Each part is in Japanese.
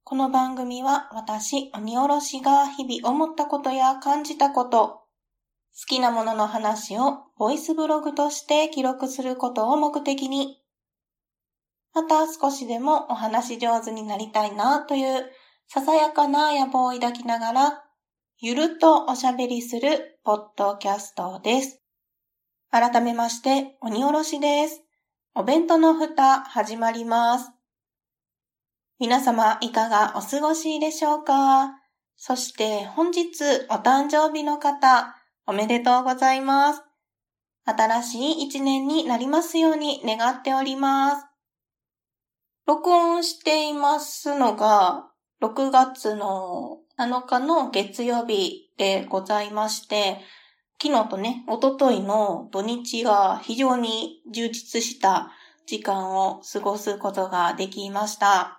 この番組は私、鬼おろしが日々思ったことや感じたこと、好きなものの話をボイスブログとして記録することを目的に、また少しでもお話上手になりたいなというささやかな野望を抱きながら、ゆるっとおしゃべりするポッドキャストです。改めまして、鬼おろしです。お弁当の蓋始まります。皆様いかがお過ごしでしょうか？そして本日お誕生日の方、おめでとうございます。新しい一年になりますように願っております。録音していますのが6月の7日の月曜日でございまして、昨日とね、一昨日の土日が非常に充実した時間を過ごすことができました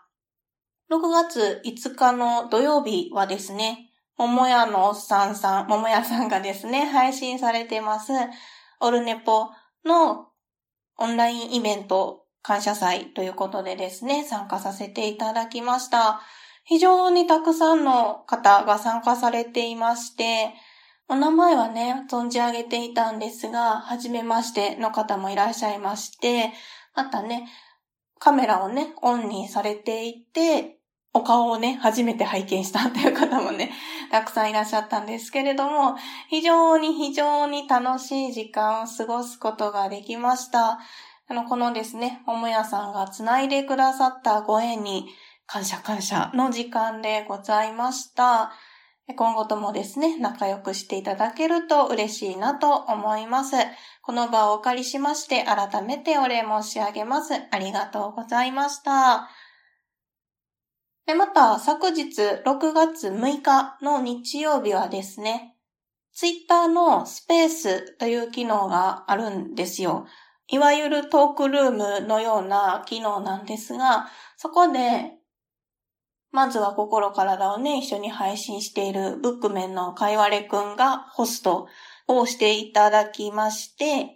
。6月5日の土曜日はですね、桃屋のおっさんさん、桃屋さんがですね、配信されてます、オルネポのオンラインイベント感謝祭ということでですね、参加させていただきました。非常にたくさんの方が参加されていまして、お名前はね、存じ上げていたんですが、初めましての方もいらっしゃいまして、またね、カメラをね、オンにされていて、お顔をね、初めて拝見したという方もね、たくさんいらっしゃったんですけれども、非常に楽しい時間を過ごすことができました。このですね、桃屋さんがつないでくださったご縁に、感謝の時間でございました。今後ともですね、仲良くしていただけると嬉しいなと思います。この場をお借りしまして改めてお礼申し上げます。ありがとうございました。また昨日6月6日の日曜日はですね、ツイッターのスペースという機能があるんですよ。いわゆるトークルームのような機能なんですが、そこでまずは心体をね、一緒に配信しているブックメンのかいわれくんがホストをしていただきまして、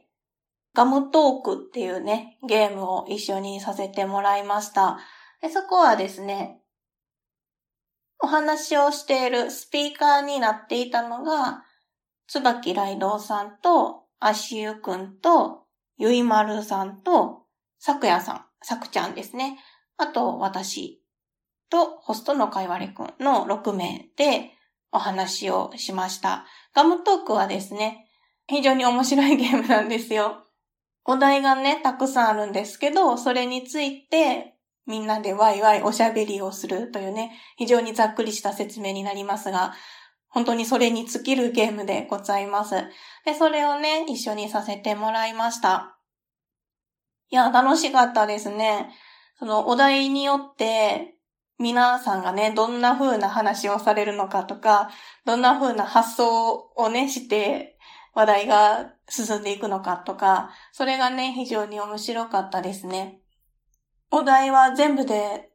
ガムトークっていうね、ゲームを一緒にさせてもらいました。でそこはですね、お話をしているスピーカーになっていたのが、椿ライドウさんと、足湯くんと、ゆいまるさんと、さくやさん、さくちゃんですね。あと、私と、ホストのかいわれくんの6名でお話をしました。ガムトークはですね、非常に面白いゲームなんですよ。お題がね、たくさんあるんですけど、それについて、みんなでワイワイおしゃべりをするというね、非常にざっくりした説明になりますが、本当にそれに尽きるゲームでございます。で、それをね、一緒にさせてもらいました。いや、楽しかったですね。そのお題によって、皆さんがね、どんな風な話をされるのかとか、どんな風な発想をね、して話題が進んでいくのかとか、それがね、非常に面白かったですね。お題は全部で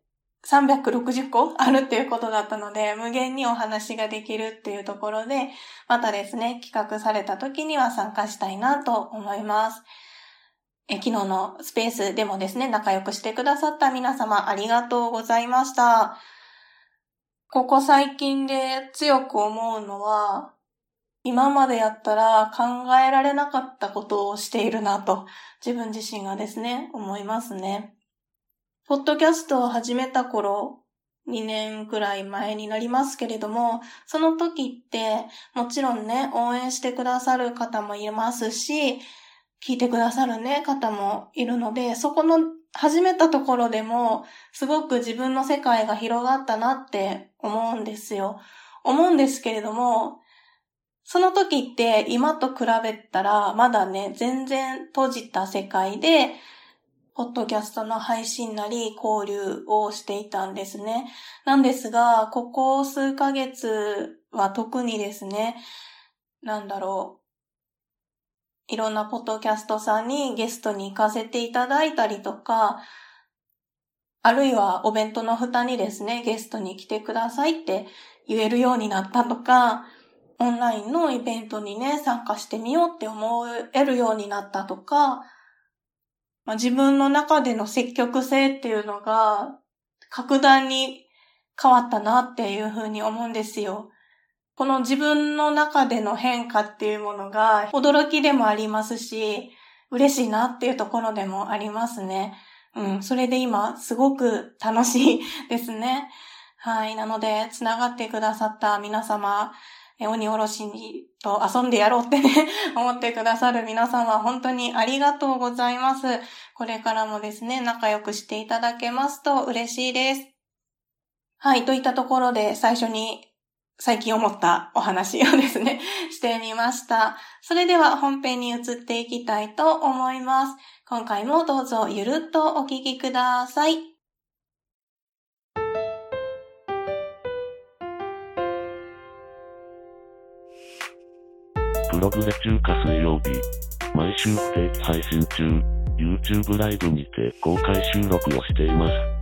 360個あるっていうことだったので、無限にお話ができるっていうところで、またですね、企画された時には参加したいなと思います。昨日のスペースでもですね、仲良くしてくださった皆様ありがとうございました。ここ最近で強く思うのは、今までやったら考えられなかったことをしているなと、自分自身がですね、思いますね。ポッドキャストを始めた頃、2年くらい前になりますけれども、その時ってもちろんね、応援してくださる方もいますし、聞いてくださるね、方もいるので、そこの始めたところでも、すごく自分の世界が広がったなって思うんですよ。思うんですけれども、その時って今と比べたら、まだね、全然閉じた世界で、ポッドキャストの配信なり交流をしていたんですね。なんですが、ここ数ヶ月は特にですね、いろんなポッドキャストさんにゲストに行かせていただいたりとか、あるいはお弁当の蓋にですね、ゲストに来てくださいって言えるようになったとか、オンラインのイベントにね、参加してみようって思えるようになったとか、自分の中での積極性っていうのが格段に変わったなっていうふうに思うんですよ。この自分の中での変化っていうものが驚きでもありますし、嬉しいなっていうところでもありますね。それで今すごく楽しいですね。はい。なので、つながってくださった皆様、鬼おろしと遊んでやろうってね、思ってくださる皆様、本当にありがとうございます。これからもですね、仲良くしていただけますと嬉しいです。はい。といったところで、最初に最近思ったお話をですね、してみました。それでは本編に移っていきたいと思います。今回もどうぞゆるっとお聞きください。 プログレ中華水曜日。毎週不定期配信中。YouTube ライブにて公開収録をしています。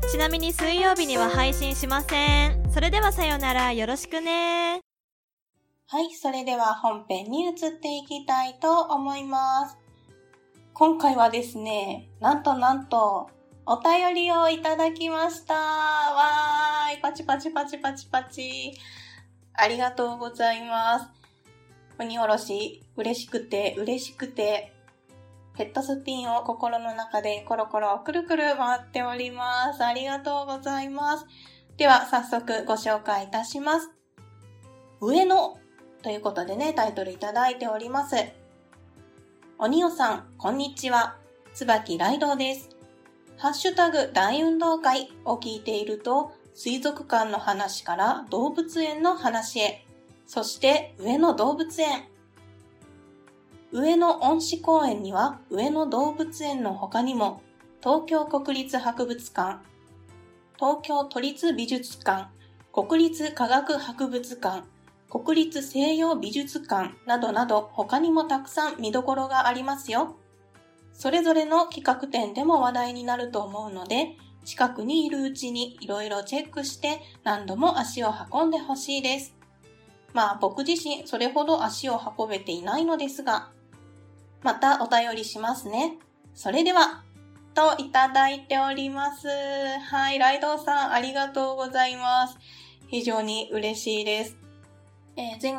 ちなみに水曜日には配信しません。それではさよなら、よろしくね。 はい、それでは本編に移っていきたいと思います。今回はですね、なんと、お便りをいただきました。わーい、パチパチパチパチパチ。ありがとうございます。鬼おろし、嬉しくて、ヘッドスピンを心の中でコロコロくるくる回っております。ありがとうございます。では、早速ご紹介いたします。上野ということでね、タイトルいただいております。鬼おさん、こんにちは。椿ライドウです。ハッシュタグ大運動会を聞いていると、水族館の話から動物園の話へ、そして上野動物園。上野恩賜公園には上野動物園の他にも、東京国立博物館、東京都立美術館、国立科学博物館、国立西洋美術館などなど他にもたくさん見どころがありますよ。それぞれの企画展でも話題になると思うので、近くにいるうちにいろいろチェックして何度も足を運んでほしいです。まあ僕自身それほど足を運べていないのですが、またお便りしますね。それでは、といただいております。はい、ライドウさんありがとうございます。非常に嬉しいです。前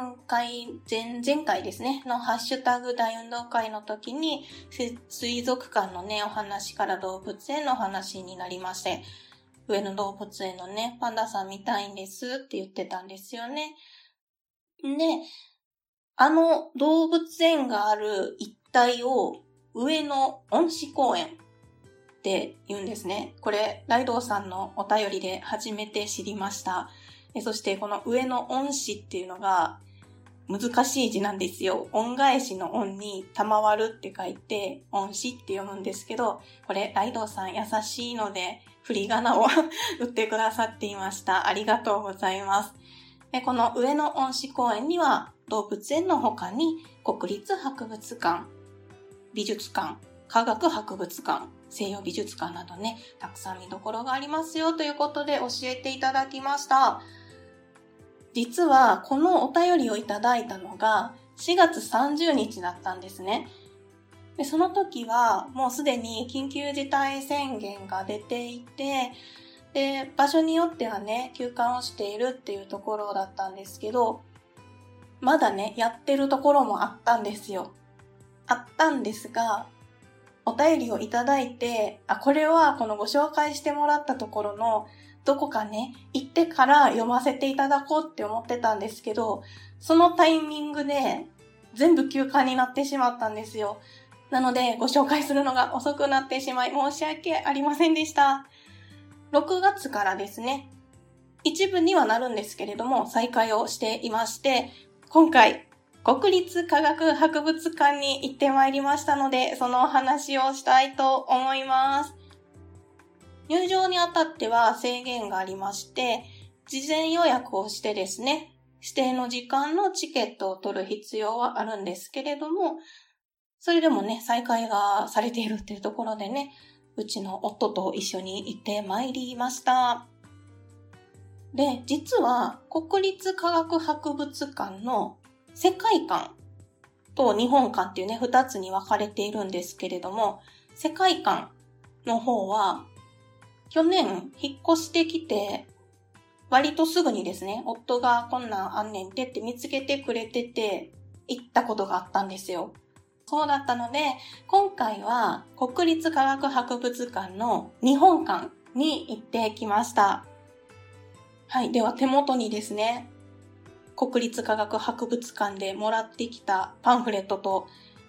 々回ですね、のハッシュタグ大運動会の時に、水族館のね、お話から動物園の話になりまして、上野動物園のね、パンダさん見たいんですって言ってたんですよね。で、動物園がある一帯を上野恩賜公園って言うんですね。これ、ライドウさんのお便りで初めて知りました。そしてこの上野恩賜っていうのが難しい字なんですよ。恩返しの恩に賜るって書いて恩賜って読むんですけど、これライドウさん優しいので振り仮名を打ってくださっていました。ありがとうございます。でこの上野恩賜公園には動物園の他に国立博物館、美術館、科学博物館、西洋美術館などね、たくさん見どころがありますよということで教えていただきました。実はこのお便りをいただいたのが4月30日だったんですね。でその時はもうすでに緊急事態宣言が出ていて、で場所によってはね休館をしているっていうところだったんですけど、まだねやってるところもあったんですよ。あったんですが、お便りをいただいて、これはこのご紹介してもらったところのどこかね行ってから読ませていただこうって思ってたんですけど、そのタイミングで全部休館になってしまったんですよ。なのでご紹介するのが遅くなってしまい申し訳ありませんでした。6月からですね、一部にはなるんですけれども再開をしていまして、今回国立科学博物館に行ってまいりましたので、そのお話をしたいと思います。入場にあたっては制限がありまして、事前予約をしてですね、指定の時間のチケットを取る必要はあるんですけれども、それでもね、再開がされているっていうところでね、うちの夫と一緒に行ってまいりました。で、実は国立科学博物館の世界館と日本館っていうね、2つに分かれているんですけれども、世界館の方は去年引っ越してきて割とすぐにですね、夫がこんなんあんねんてって見つけてくれてて、行ったことがあったんですよ。そうだったので、今回は国立科学博物館の日本館に行ってきました。はい、では手元にですね、国立科学博物館でもらってきたパンフレットと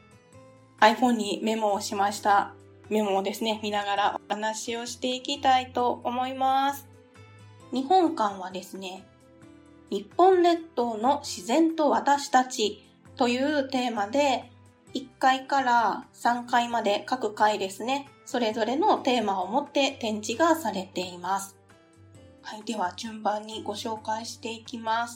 iPhone にメモをしました。メモをですね、見ながらお話をしていきたいと思います。日本館はですね、日本列島の自然と私たちというテーマで、1階から3階まで各階ですね、それぞれのテーマを持って展示がされています。はい、では順番にご紹介していきます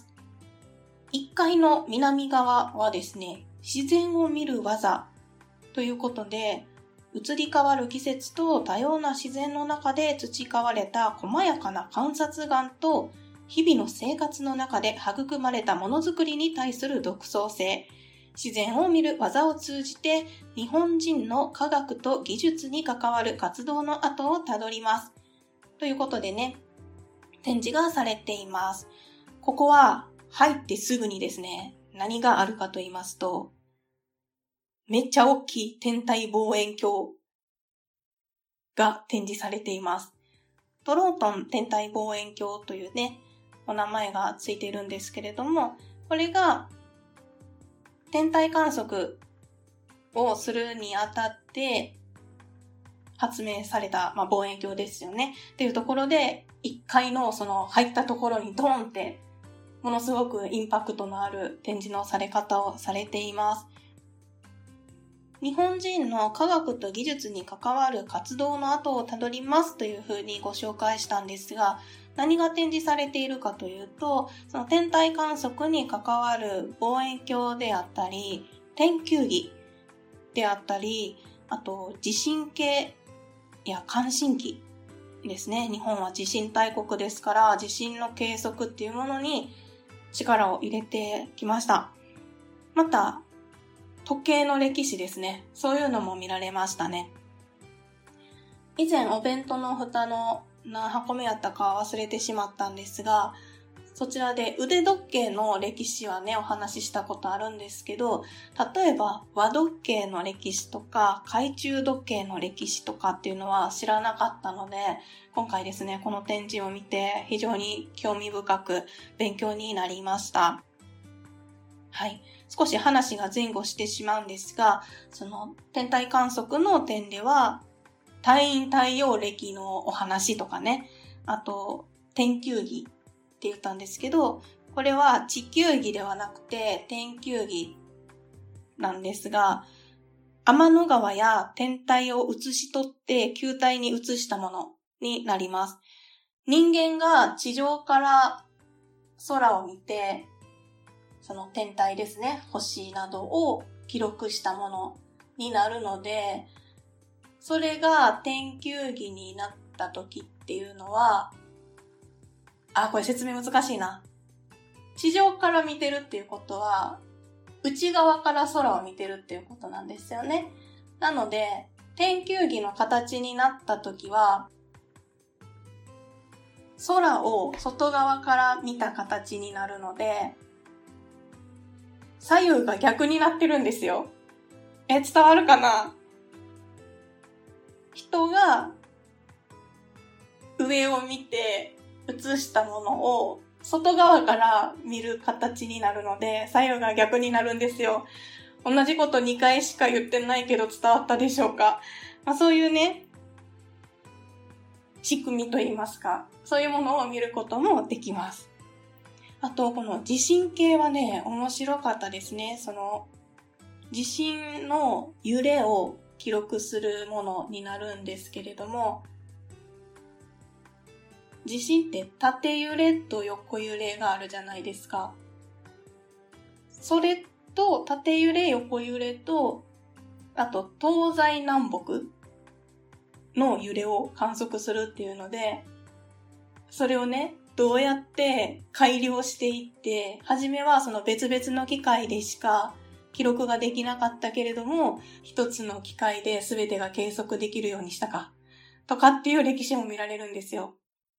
。1階の南側はですね、自然を見る技ということで、移り変わる季節と多様な自然の中で培われた細やかな観察眼と、日々の生活の中で育まれたものづくりに対する独創性、自然を見る技を通じて日本人の科学と技術に関わる活動の跡をたどります。ということでね、展示がされています。ここは入ってすぐにですね、何があるかと言いますと、めっちゃ大きい天体望遠鏡が展示されています。トロートン天体望遠鏡というね、お名前がついているんですけれども、これが天体観測をするにあたって発明された、望遠鏡ですよね。っていうところで、1階のその入ったところにドーンってものすごくインパクトのある展示のされ方をされています。日本人の科学と技術に関わる活動の跡をたどりますというふうにご紹介したんですが、何が展示されているかというと、その天体観測に関わる望遠鏡であったり、天球儀であったり、あと地震計や観震機ですね。日本は地震大国ですから、地震の計測っていうものに力を入れてきました。また、時計の歴史ですね。そういうのも見られましたね。以前お弁当の蓋の何箱目やったか忘れてしまったんですが、そちらで腕時計の歴史はね、お話ししたことあるんですけど、例えば和時計の歴史とか懐中時計の歴史とかっていうのは知らなかったので、今回ですね、この展示を見て非常に興味深く勉強になりました。はい。少し話が前後してしまうんですが、その天体観測の点では、太陰太陽暦のお話とかね、あと天球儀って言ったんですけど、これは地球儀ではなくて天球儀なんですが、天の川や天体を写し取って球体に写したものになります。人間が地上から空を見て、その天体ですね、星などを記録したものになるので、それが天球儀になった時っていうのは、これ説明難しいな。地上から見てるっていうことは、内側から空を見てるっていうことなんですよね。なので、天球儀の形になった時は、空を外側から見た形になるので、左右が逆になってるんですよ。伝わるかな？人が上を見て映したものを外側から見る形になるので、左右が逆になるんですよ。同じこと2回しか言ってないけど伝わったでしょうか？そういうね、仕組みといいますか、そういうものを見ることもできます。あと、この地震計はね、面白かったですね。その、地震の揺れを記録するものになるんですけれども、地震って縦揺れと横揺れがあるじゃないですか。それと縦揺れ、横揺れと、あと東西南北の揺れを観測するっていうので、それをね、どうやって改良していって、初めはその別々の機械でしか記録ができなかったけれども、一つの機械で全てが計測できるようにしたか、とかっていう歴史も見られるんですよ。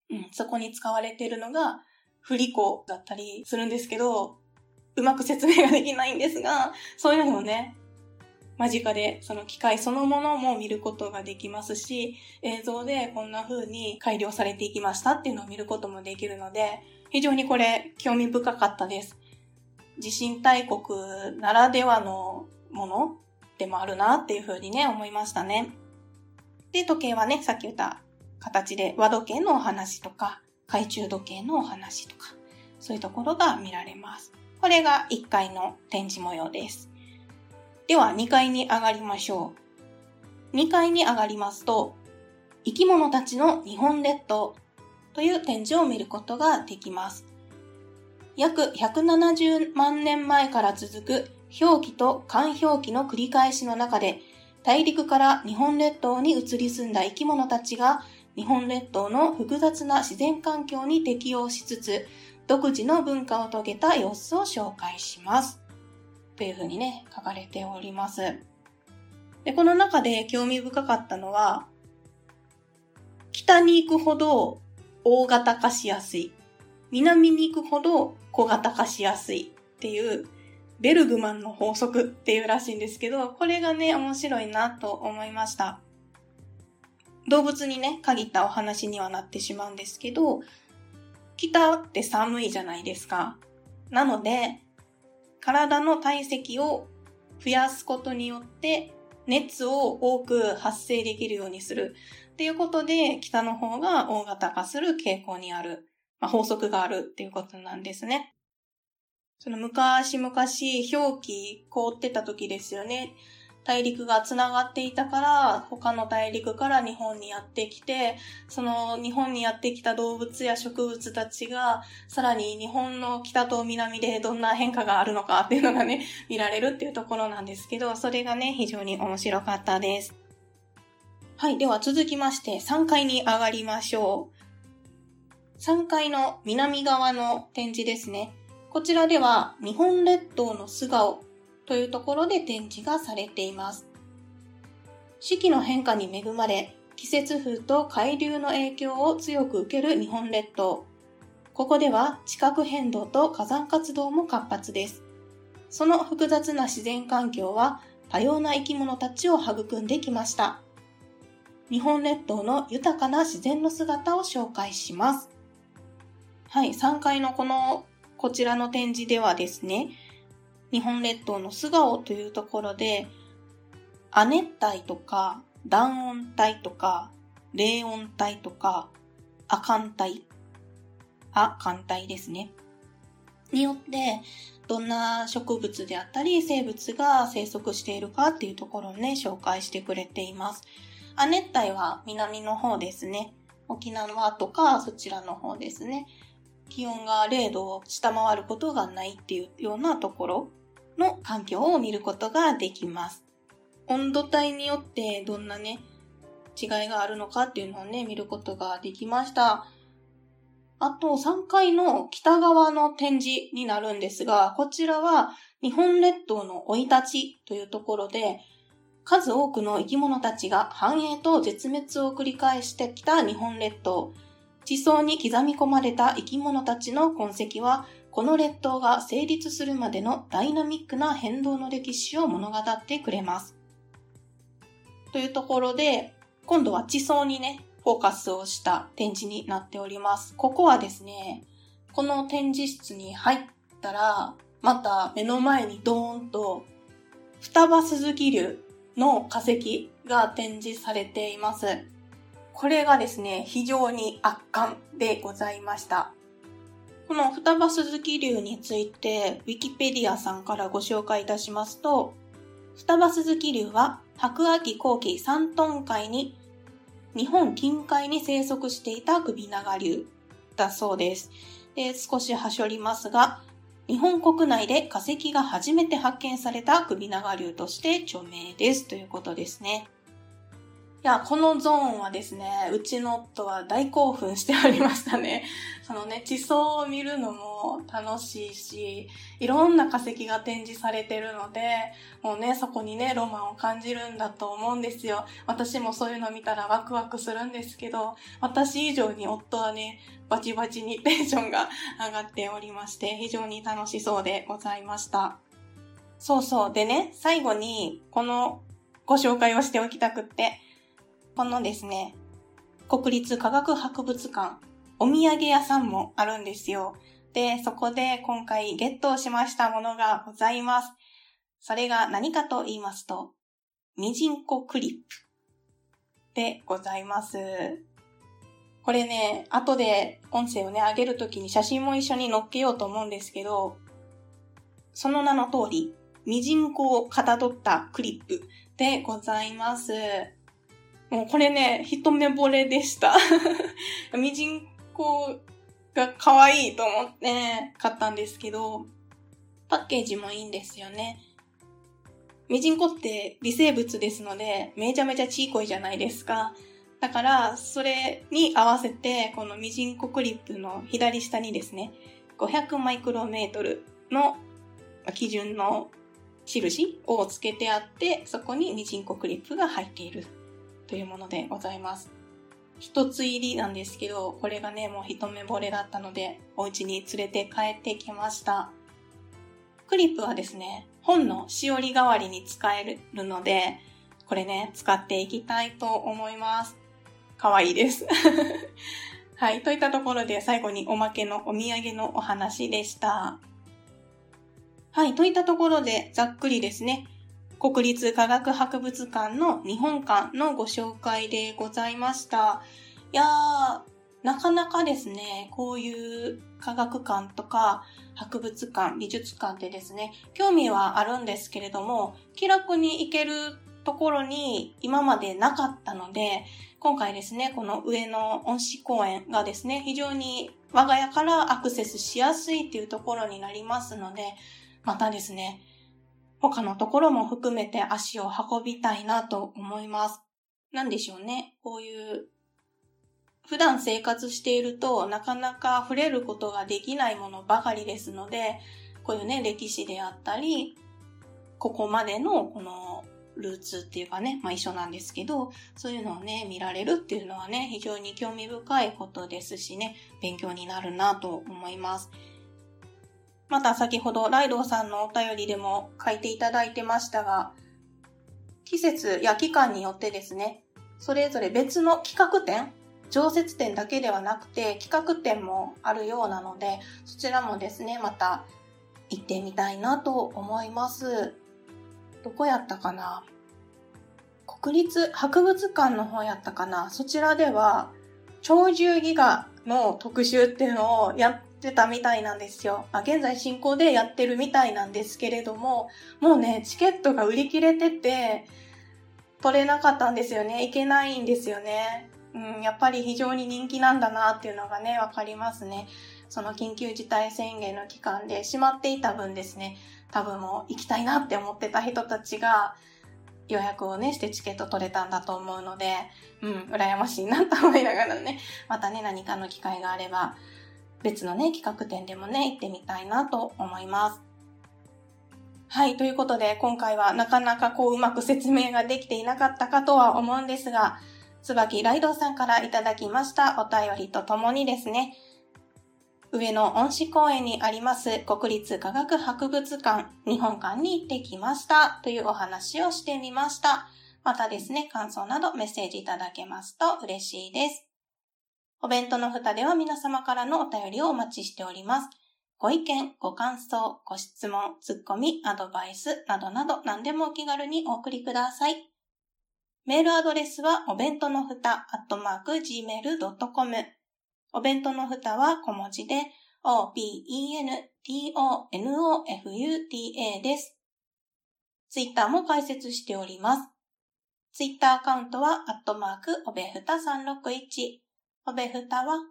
そこに使われているのが振り子だったりするんですけど、うまく説明ができないんですが、そういうのをね、間近でその機械そのものも見ることができますし、映像でこんな風に改良されていきましたっていうのを見ることもできるので、非常にこれ興味深かったです。地震大国ならではのものでもあるなっていう風にね、思いましたね。で、時計はね、さっき言った形で和時計のお話とか、懐中時計のお話とか、そういうところが見られます。これが1階の展示模様です。では2階に上がりましょう。2階に上がりますと、生き物たちの日本列島という展示を見ることができます。約170万年前から続く氷期と間氷期の繰り返しの中で、大陸から日本列島に移り住んだ生き物たちが日本列島の複雑な自然環境に適応しつつ、独自の文化を遂げた様子を紹介します。というふうにね、書かれております。で、この中で興味深かったのは、北に行くほど大型化しやすい。南に行くほど小型化しやすいっていうベルグマンの法則っていうらしいんですけど、これがね、面白いなと思いました。動物にね、限ったお話にはなってしまうんですけど、北って寒いじゃないですか。なので、体の体積を増やすことによって熱を多く発生できるようにするっていうことで、北の方が大型化する傾向にある、法則があるっていうことなんですね。その昔々氷期凍ってた時ですよね。大陸がつながっていたから他の大陸から日本にやってきて、その日本にやってきた動物や植物たちがさらに日本の北と南でどんな変化があるのかっていうのがね、見られるっていうところなんですけど、それがね、非常に面白かったです。はい、では続きまして3階に上がりましょう。3階の南側の展示ですね。こちらでは日本列島の素顔というところで展示がされています。四季の変化に恵まれ、季節風と海流の影響を強く受ける日本列島。ここでは地殻変動と火山活動も活発です。その複雑な自然環境は多様な生き物たちを育んできました。日本列島の豊かな自然の姿を紹介します。はい、3階のこちらの展示ではですね、日本列島の素顔というところで、亜熱帯とか暖温帯とか冷温帯とか亜寒帯ですね。によってどんな植物であったり生物が生息しているかっていうところをね、紹介してくれています。亜熱帯は南の方ですね。沖縄とかそちらの方ですね。気温が0度を下回ることがないっていうようなところの環境を見ることができます。温度帯によってどんなね、違いがあるのかっていうのをね、見ることができました。あと3階の北側の展示になるんですが、こちらは日本列島の生い立ちというところで、数多くの生き物たちが繁栄と絶滅を繰り返してきた日本列島。地層に刻み込まれた生き物たちの痕跡は、この列島が成立するまでのダイナミックな変動の歴史を物語ってくれます。というところで、今度は地層にね、フォーカスをした展示になっております。ここはですね、この展示室に入ったら、また目の前にドーンと、双葉鈴木竜の化石が展示されています。これがですね、非常に圧巻でございました。この双葉鈴木竜について、ウィキペディアさんからご紹介いたしますと、双葉鈴木竜は白亜紀後期3トン海に日本近海に生息していた首長竜だそうです。で、少しはしょりますが、日本国内で化石が初めて発見された首長竜として著名ですということですね。 や、このゾーンはですね、うちの夫は大興奮しておりましたね。そのね、地層を見るのも楽しいし、いろんな化石が展示されてるので、もうね、そこにね、ロマンを感じるんだと思うんですよ。私もそういうの見たらワクワクするんですけど、私以上に夫はね、バチバチにテンションが上がっておりまして、非常に楽しそうでございました。そうそう。でね、最後にこのご紹介をしておきたくって、このですね、国立科学博物館、お土産屋さんもあるんですよ。で、そこで今回ゲットをしましたものがございます。それが何かと言いますと、ミジンコクリップでございます。これね、後で音声をね、上げるときに写真も一緒に載っけようと思うんですけど、その名の通り、ミジンコをかたどったクリップでございます。もうこれね、一目惚れでした。ミジンコが可愛いと思って買ったんですけど、パッケージもいいんですよね。ミジンコって微生物ですので、めちゃめちゃちいこいじゃないですか。だから、それに合わせて、このミジンコクリップの左下にですね、500マイクロメートルの基準の印をつけてあって、そこにミジンコクリップが入っているというものでございます。一つ入りなんですけど、これがね、もう一目惚れだったので、お家に連れて帰ってきました。クリップはですね、本のしおり代わりに使えるので、これね、使っていきたいと思います。かわいいです。はい、といったところで最後におまけのお土産のお話でした。はい、といったところでざっくりですね、国立科学博物館の日本館のご紹介でございました。いやー、なかなかですね、こういう科学館とか博物館、美術館ってですね、興味はあるんですけれども、気楽に行けるところに今までなかったので、今回ですね、この上野恩賜公園がですね、非常に我が家からアクセスしやすいっていうところになりますので、またですね、他のところも含めて足を運びたいなと思います。なんでしょうね。こういう普段生活しているとなかなか触れることができないものばかりですので、こういうね、歴史であったり、ここまでのこのルーツっていうかね、一緒なんですけど、そういうのをね、見られるっていうのはね、非常に興味深いことですしね、勉強になるなと思います。また先ほどライドウさんのお便りでも書いていただいてましたが、季節や期間によってですね、それぞれ別の企画展、常設展だけではなくて企画展もあるようなので、そちらもですね、また行ってみたいなと思います。どこやったかな？国立博物館の方やったかな？そちらでは鳥獣戯画の特集っていうのをやってたみたいなんですよ。現在進行でやってるみたいなんですけれども、もうね、チケットが売り切れてて取れなかったんですよね。行けないんですよね。やっぱり非常に人気なんだなっていうのがね、わかりますね。その緊急事態宣言の期間で閉まっていた分ですね、多分もう行きたいなって思ってた人たちが予約をねしてチケット取れたんだと思うので、羨ましいなと思いながらね、またね、何かの機会があれば別のね、企画展でもね、行ってみたいなと思います。はい、ということで今回はなかなかうまく説明ができていなかったかとは思うんですが、椿ライドウさんからいただきましたお便りとともにですね、上野恩賜公園にあります国立科学博物館日本館に行ってきましたというお話をしてみました。またですね、感想などメッセージいただけますと嬉しいです。お弁当の蓋では皆様からのお便りをお待ちしております。ご意見、ご感想、ご質問、ツッコミ、アドバイスなどなど何でもお気軽にお送りください。メールアドレスはお弁当のふた@gmail.com。お弁当のふたは小文字で OBENTONOFUTA です。ツイッターも開設しております。ツイッターアカウントはおべふた361。おべふたは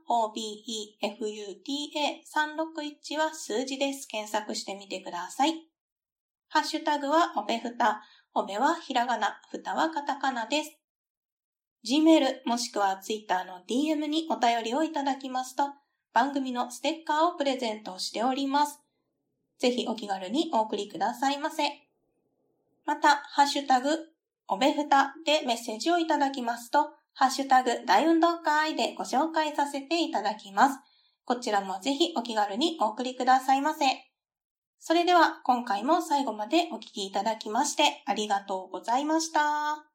OBEFUTA361 は数字です。検索してみてください。ハッシュタグはおべふた。おべはひらがな、ふたはカタカナです。 Gmail もしくは Twitter の DM にお便りをいただきますと、番組のステッカーをプレゼントしております。ぜひお気軽にお送りくださいませ。また、ハッシュタグ、おべふたでメッセージをいただきますと、ハッシュタグ、大運動会でご紹介させていただきます。こちらもぜひお気軽にお送りくださいませ。それでは今回も最後までお聞きいただきましてありがとうございました。